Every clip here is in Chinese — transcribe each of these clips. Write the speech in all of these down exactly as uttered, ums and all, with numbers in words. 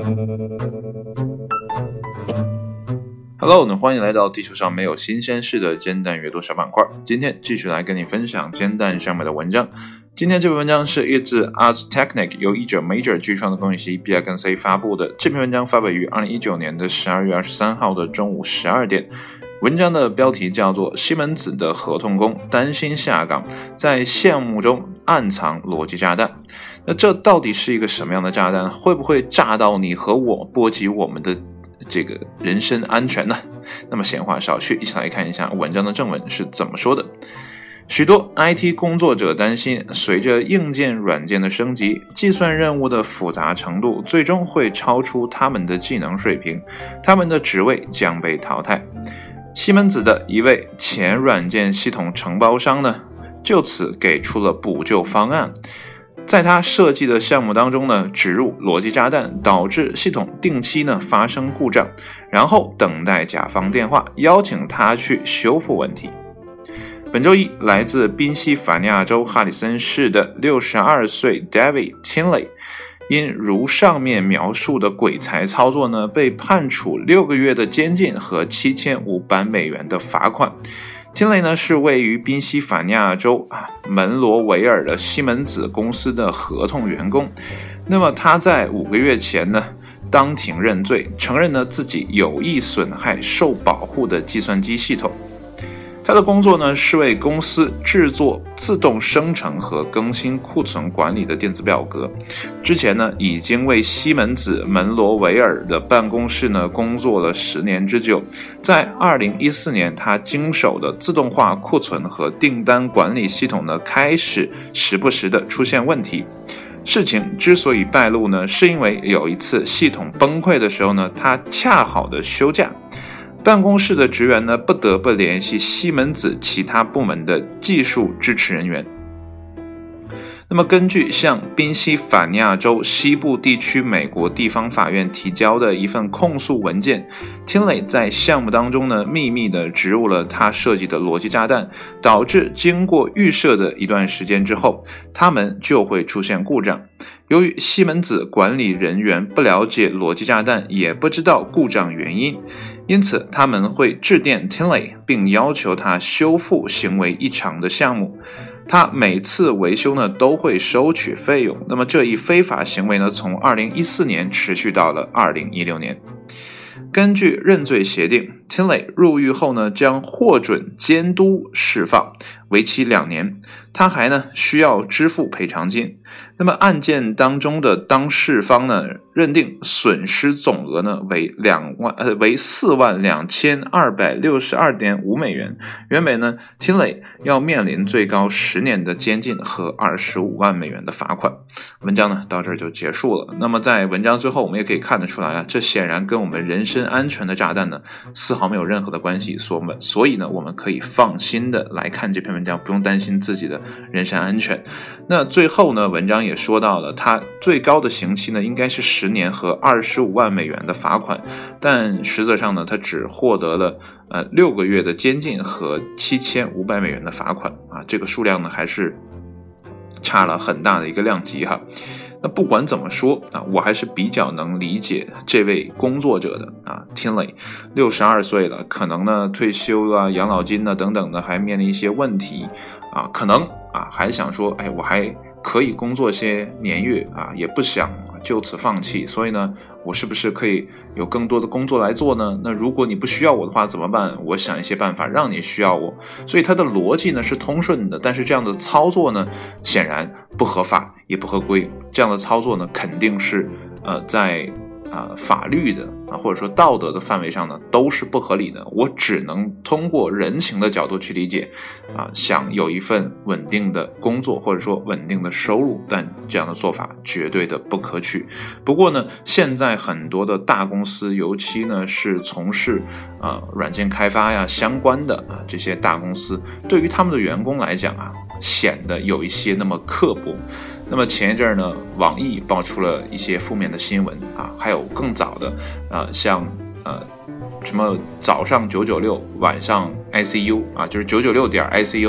Hello， 那欢迎来到地球上没有新鲜事的煎蛋阅读小板块。今天继续来跟你分享煎蛋上面的文章。今天这篇文章是译自 Ars Technica 由译者 Major 据创的公益系 B I 跟 C 发布的。这篇文章发表于二零一九年的十二月二十三号的中午十二点。文章的标题叫做西门子的合同工担心下岗，在项目中暗藏逻辑炸弹。那这到底是一个什么样的炸弹？会不会炸到你和我，波及我们的这个人身安全呢？那么闲话少叙，一起来看一下文章的正文是怎么说的。许多 I T 工作者担心，随着硬件软件的升级，计算任务的复杂程度最终会超出他们的技能水平，他们的职位将被淘汰。西门子的一位前软件系统承包商呢，就此给出了补救方案。在他设计的项目当中呢，植入逻辑炸弹，导致系统定期呢发生故障，然后等待甲方电话，邀请他去修复问题。本周一，来自宾夕法尼亚州哈里森市的六十二岁 David Tinley 因如上面描述的鬼才操作呢，被判处六个月的监禁和七千五百美元的罚款。Tinley 呢是位于宾夕法尼亚州啊门罗维尔的西门子公司的合同员工。那么他在五个月前呢当庭认罪，承认呢自己有意损害受保护的计算机系统。他的工作呢是为公司制作自动生成和更新库存管理的电子表格。之前呢已经为西门子门罗维尔的办公室呢工作了十年之久。在二零一四年，他经手的自动化库存和订单管理系统呢开始时不时的出现问题。事情之所以败露呢，是因为有一次系统崩溃的时候呢，他恰好的休假。办公室的职员呢，不得不联系西门子其他部门的技术支持人员。那么根据向宾夕法尼亚州西部地区美国地方法院提交的一份控诉文件， Tinley 在项目当中呢秘密地植入了他设计的逻辑炸弹，导致经过预设的一段时间之后，他们就会出现故障。由于西门子管理人员不了解逻辑炸弹，也不知道故障原因，因此他们会致电 Tinley 并要求他修复行为异常的项目。他每次维修呢都会收取费用。那么这一非法行为呢，从二零一四年持续到了二零一六年。根据认罪协定， Tinley 入狱后呢将获准监督释放，为期两年。他还呢需要支付赔偿金。那么案件当中的当事方呢认定损失总额呢为两万呃为四万两千二百六十二点五美元。原本呢 Tinley 要面临最高十年的监禁和二十五万美元的罚款。文章呢到这儿就结束了。那么在文章最后我们也可以看得出来啊，这显然跟我们人身安全的炸弹呢丝毫没有任何的关系。所以呢我们可以放心的来看这篇文章，不用担心自己的人身安全。那最后呢文章也说到了，他最高的刑期呢应该是十年和二十五万美元的罚款，但实则上呢他只获得了呃六个月的监禁和七千五百美元的罚款啊，这个数量呢还是差了很大的一个量级哈。那不管怎么说啊，我还是比较能理解这位工作者的啊 Tinley 六十二岁了，可能呢退休啊养老金啊等等的还面临一些问题啊，可能啊还想说哎我还可以工作些年月啊，也不想就此放弃，所以呢我是不是可以有更多的工作来做呢？那如果你不需要我的话怎么办？我想一些办法让你需要我。所以它的逻辑呢是通顺的，但是这样的操作呢显然不合法也不合规。这样的操作呢肯定是呃在啊、呃、法律的啊或者说道德的范围上呢都是不合理的。我只能通过人情的角度去理解啊，想有一份稳定的工作或者说稳定的收入，但这样的做法绝对的不可取。不过呢现在很多的大公司，尤其呢是从事啊软件开发呀相关的啊这些大公司，对于他们的员工来讲啊显得有一些那么刻薄。那么前一阵呢网易爆出了一些负面的新闻啊，还有更早的啊像呃什么早上九九六晚上 I C U 啊，就是九九六点 I C U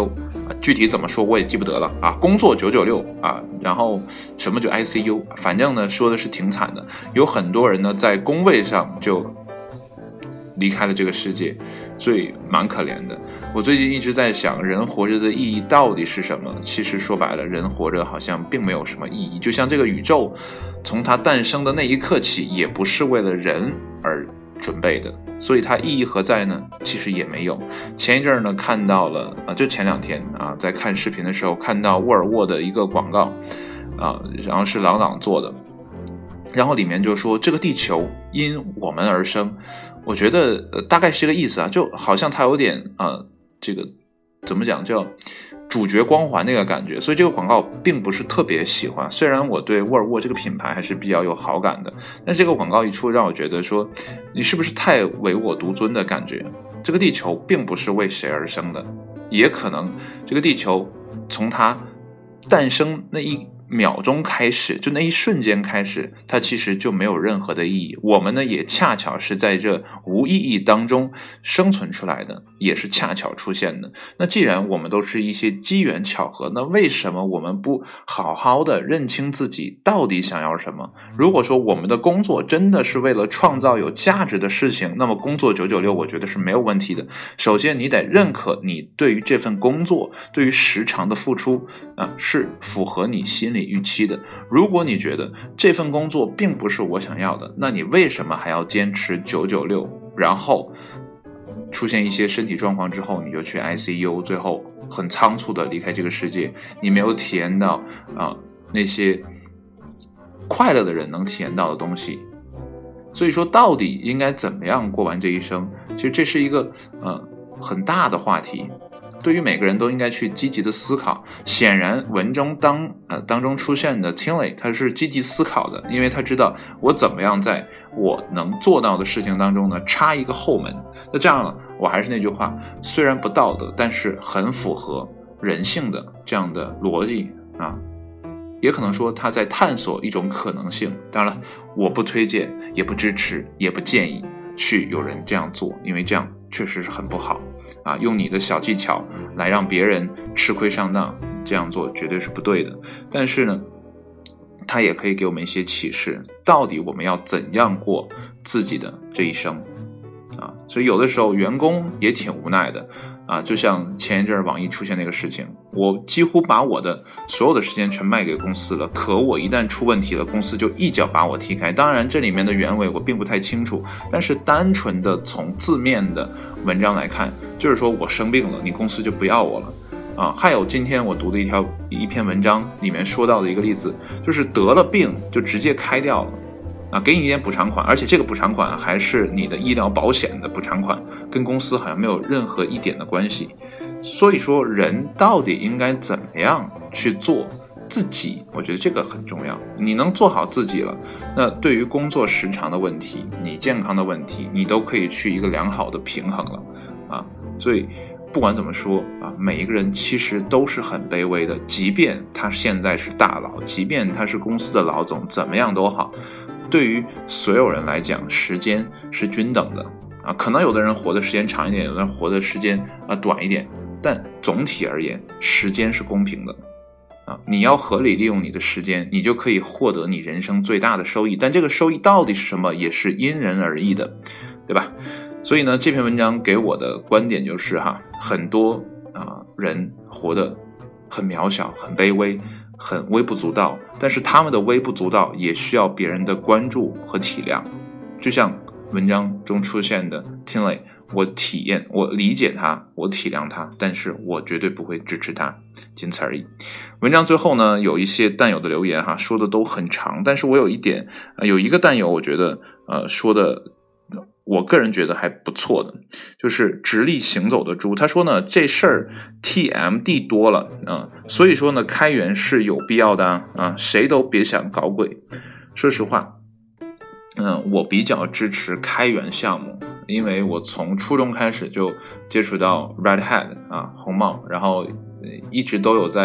具体怎么说我也记不得了啊，工作九九六啊，然后什么就 I C U， 反正呢说的是挺惨的，有很多人呢在工位上就离开了这个世界，所以蛮可怜的。我最近一直在想，人活着的意义到底是什么？其实说白了，人活着好像并没有什么意义。就像这个宇宙，从它诞生的那一刻起，也不是为了人而准备的，所以它意义何在呢？其实也没有。前一阵呢，看到了啊，就前两天啊，在看视频的时候看到沃尔沃的一个广告啊，然后是郎朗做的，然后里面就说这个地球因我们而生。我觉得、呃、大概是这个意思啊，就好像它有点啊、呃，这个怎么讲叫主角光环那个感觉，所以这个广告并不是特别喜欢。虽然我对沃尔沃这个品牌还是比较有好感的，但这个广告一出，让我觉得说你是不是太唯我独尊的感觉？这个地球并不是为谁而生的，也可能这个地球从它诞生那一秒钟开始，就那一瞬间开始，它其实就没有任何的意义。我们呢也恰巧是在这无意义当中生存出来的，也是恰巧出现的。那既然我们都是一些机缘巧合，那为什么我们不好好的认清自己到底想要什么？如果说我们的工作真的是为了创造有价值的事情，那么工作九九六我觉得是没有问题的。首先你得认可你对于这份工作，对于时长的付出啊，是符合你心理预期的。如果你觉得这份工作并不是我想要的，那你为什么还要坚持九九六？然后出现一些身体状况之后，你就去 I C U， 最后很仓促的离开这个世界，你没有体验到啊、呃、那些快乐的人能体验到的东西。所以说，到底应该怎么样过完这一生？其实这是一个呃很大的话题。对于每个人都应该去积极的思考。显然文中当呃当中出现的 Tinley 他是积极思考的，因为他知道我怎么样在我能做到的事情当中呢插一个后门。那这样呢，我还是那句话，虽然不道德，但是很符合人性的这样的逻辑啊。也可能说他在探索一种可能性。当然了，我不推荐，也不支持，也不建议去有人这样做，因为这样确实是很不好啊！用你的小技巧来让别人吃亏上当，这样做绝对是不对的。但是呢，它也可以给我们一些启示，到底我们要怎样过自己的这一生啊？所以有的时候员工也挺无奈的啊，就像前一阵网易出现那个事情，我几乎把我的所有的时间全卖给公司了，可我一旦出问题了，公司就一脚把我踢开。当然这里面的原委我并不太清楚，但是单纯的从字面的文章来看，就是说我生病了，你公司就不要我了啊。还有今天我读的一条一篇文章里面说到的一个例子，就是得了病就直接开掉了啊，给你一点补偿款，而且这个补偿款还是你的医疗保险的补偿款，跟公司好像没有任何一点的关系。所以说人到底应该怎么样去做自己，我觉得这个很重要。你能做好自己了，那对于工作时长的问题，你健康的问题，你都可以去一个良好的平衡了啊。所以不管怎么说啊，每一个人其实都是很卑微的，即便他现在是大佬，即便他是公司的老总，怎么样都好，对于所有人来讲，时间是均等的啊。可能有的人活的时间长一点，有的人活的时间啊短一点，但总体而言，时间是公平的啊。你要合理利用你的时间，你就可以获得你人生最大的收益。但这个收益到底是什么，也是因人而异的，对吧？所以呢，这篇文章给我的观点就是哈，很多啊人活得很渺小，很卑微，很微不足道，但是他们的微不足道也需要别人的关注和体谅。就像文章中出现的 Tinley， 我体验，我理解他，我体谅他，但是我绝对不会支持他，仅此而已。文章最后呢，有一些弹友的留言哈，说的都很长，但是我有一点，呃、有一个弹友我觉得呃说的，我个人觉得还不错的，就是直立行走的猪。他说呢，这事儿 T M D 多了啊、呃，所以说呢，开源是有必要的啊、呃，谁都别想搞鬼。说实话，嗯、呃，我比较支持开源项目，因为我从初中开始就接触到 Red Hat 啊，红帽，然后一直都有在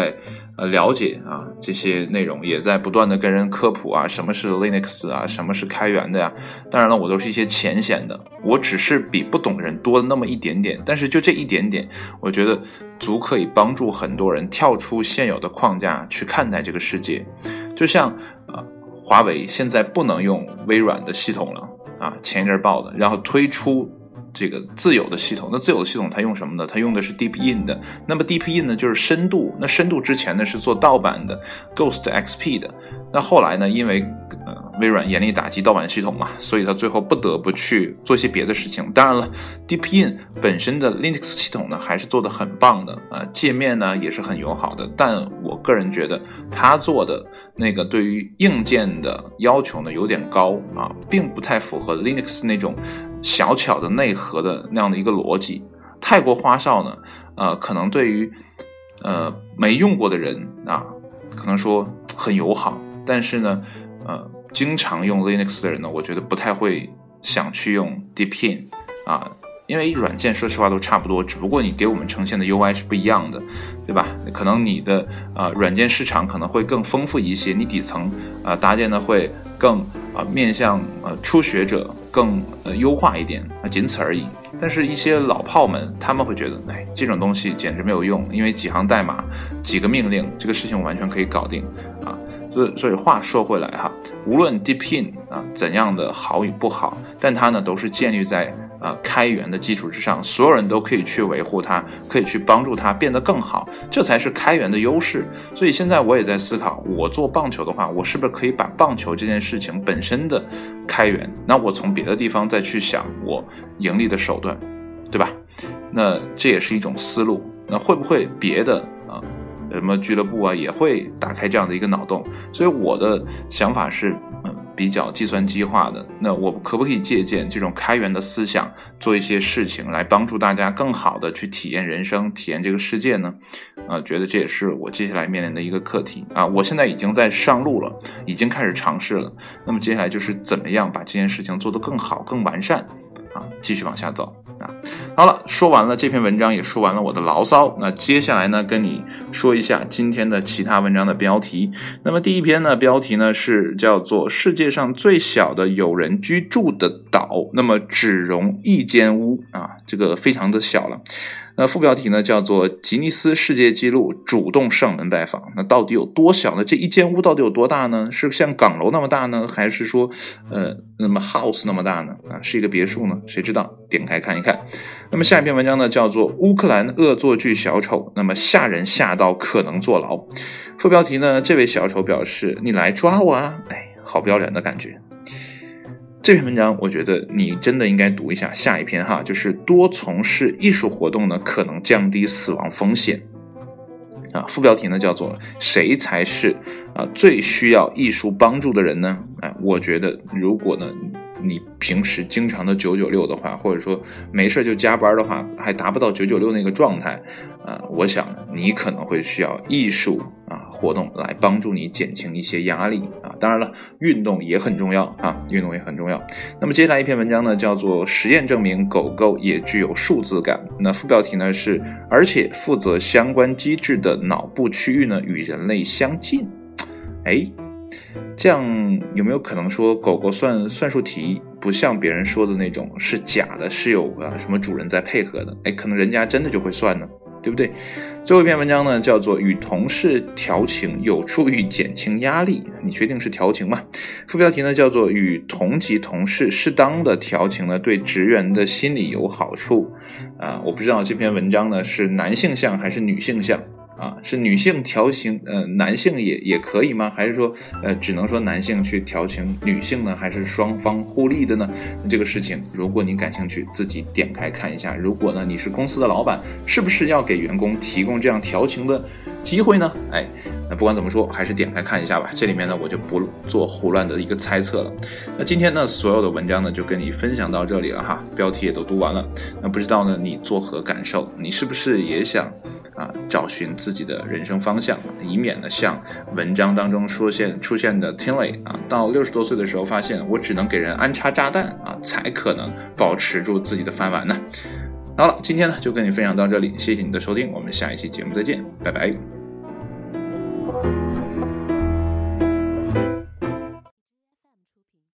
呃了解啊这些内容，也在不断的跟人科普啊，什么是 Linux 啊，什么是开源的呀。当然了，我都是一些浅显的，我只是比不懂的人多了那么一点点，但是就这一点点，我觉得足可以帮助很多人跳出现有的框架去看待这个世界。就像呃华为现在不能用微软的系统了啊，前一阵报的，然后推出这个自有的系统。那自有的系统它用什么呢？它用的是 DeepIn 的。那么 DeepIn 呢就是深度，那深度之前呢是做盗版的 Ghost X P 的。那后来呢，因为呃微软严厉打击盗版系统嘛，所以它最后不得不去做一些别的事情。当然了 DeepIn 本身的 Linux 系统呢还是做得很棒的啊、呃，界面呢也是很友好的，但我个人觉得它做的那个对于硬件的要求呢有点高啊，并不太符合 Linux 那种小巧的内核的那样的一个逻辑。太过花哨呢呃可能对于呃没用过的人啊可能说很友好，但是呢呃经常用 Linux 的人呢，我觉得不太会想去用 DeepIn 啊，因为软件说实话都差不多，只不过你给我们呈现的 U I 是不一样的，对吧？可能你的呃软件市场可能会更丰富一些，你底层呃搭建的会更呃面向呃初学者更呃优化一点啊，仅此而已。但是一些老炮们他们会觉得，哎，这种东西简直没有用，因为几行代码几个命令这个事情我完全可以搞定啊。所以，所以话说回来哈，无论 DeepIn 啊怎样的好与不好，但它呢都是建立在啊开源的基础之上，所有人都可以去维护它，可以去帮助它变得更好，这才是开源的优势。所以现在我也在思考，我做棒球的话，我是不是可以把棒球这件事情本身的开源，那我从别的地方再去想我盈利的手段，对吧？那这也是一种思路。那会不会别的啊？什么俱乐部啊也会打开这样的一个脑洞，所以我的想法是嗯比较计算机化的。那我可不可以借鉴这种开源的思想，做一些事情来帮助大家更好的去体验人生，体验这个世界呢？啊、呃，觉得这也是我接下来面临的一个课题啊。我现在已经在上路了，已经开始尝试了。那么接下来就是怎么样把这件事情做得更好、更完善啊，继续往下走。啊，好了，说完了这篇文章，也说完了我的牢骚。那接下来呢，跟你说一下今天的其他文章的标题。那么第一篇呢，标题呢是叫做世界上最小的有人居住的岛，那么只容一间屋啊，这个非常的小了。那副标题呢叫做吉尼斯世界纪录主动上门拜访。那到底有多小呢？这一间屋到底有多大呢？是像港楼那么大呢，还是说呃那么 house 那么大呢？啊，是一个别墅呢？谁知道？点开看一看。那么下一篇文章呢叫做乌克兰恶作剧小丑，那么吓人吓到可能坐牢。副标题呢，这位小丑表示你来抓我啊，哎，好不要脸的感觉。这篇文章我觉得你真的应该读一下。下一篇哈，就是多从事艺术活动呢可能降低死亡风险啊。副标题呢叫做谁才是啊最需要艺术帮助的人呢？哎，我觉得如果呢你平时经常的九九六的话，或者说没事就加班的话，还达不到九九六那个状态啊，我想你可能会需要艺术啊活动来帮助你减轻一些压力啊。当然了，运动也很重要啊，运动也很重要。那么接下来一篇文章呢，叫做实验证明狗狗也具有数字感。那副标题呢是而且负责相关机制的脑部区域呢与人类相近。哎，这样有没有可能说狗狗算算术题不像别人说的那种是假的，是有啊什么主人在配合的？哎，可能人家真的就会算呢，对不对？最后一篇文章呢叫做与同事调情有助于减轻压力，你确定是调情吗？副标题呢叫做与同级同事适当的调情呢对职员的心理有好处啊。我不知道这篇文章呢是男性向还是女性向啊，是女性调情，呃，男性也也可以吗？还是说，呃，只能说男性去调情女性呢？还是双方互利的呢？这个事情，如果你感兴趣，自己点开看一下。如果呢，你是公司的老板，是不是要给员工提供这样调情的机会呢？哎，那不管怎么说，还是点开看一下吧。这里面呢，我就不做胡乱的一个猜测了。那今天呢，所有的文章呢，就跟你分享到这里了哈，标题也都读完了。那不知道呢，你作何感受？你是不是也想？啊，找寻自己的人生方向，以免呢像文章当中出现出现的 Tinley 啊，到六十多岁的时候发现我只能给人安插炸弹啊，才可能保持住自己的饭碗呢。好了，今天呢就跟你分享到这里，谢谢你的收听，我们下一期节目再见，拜拜。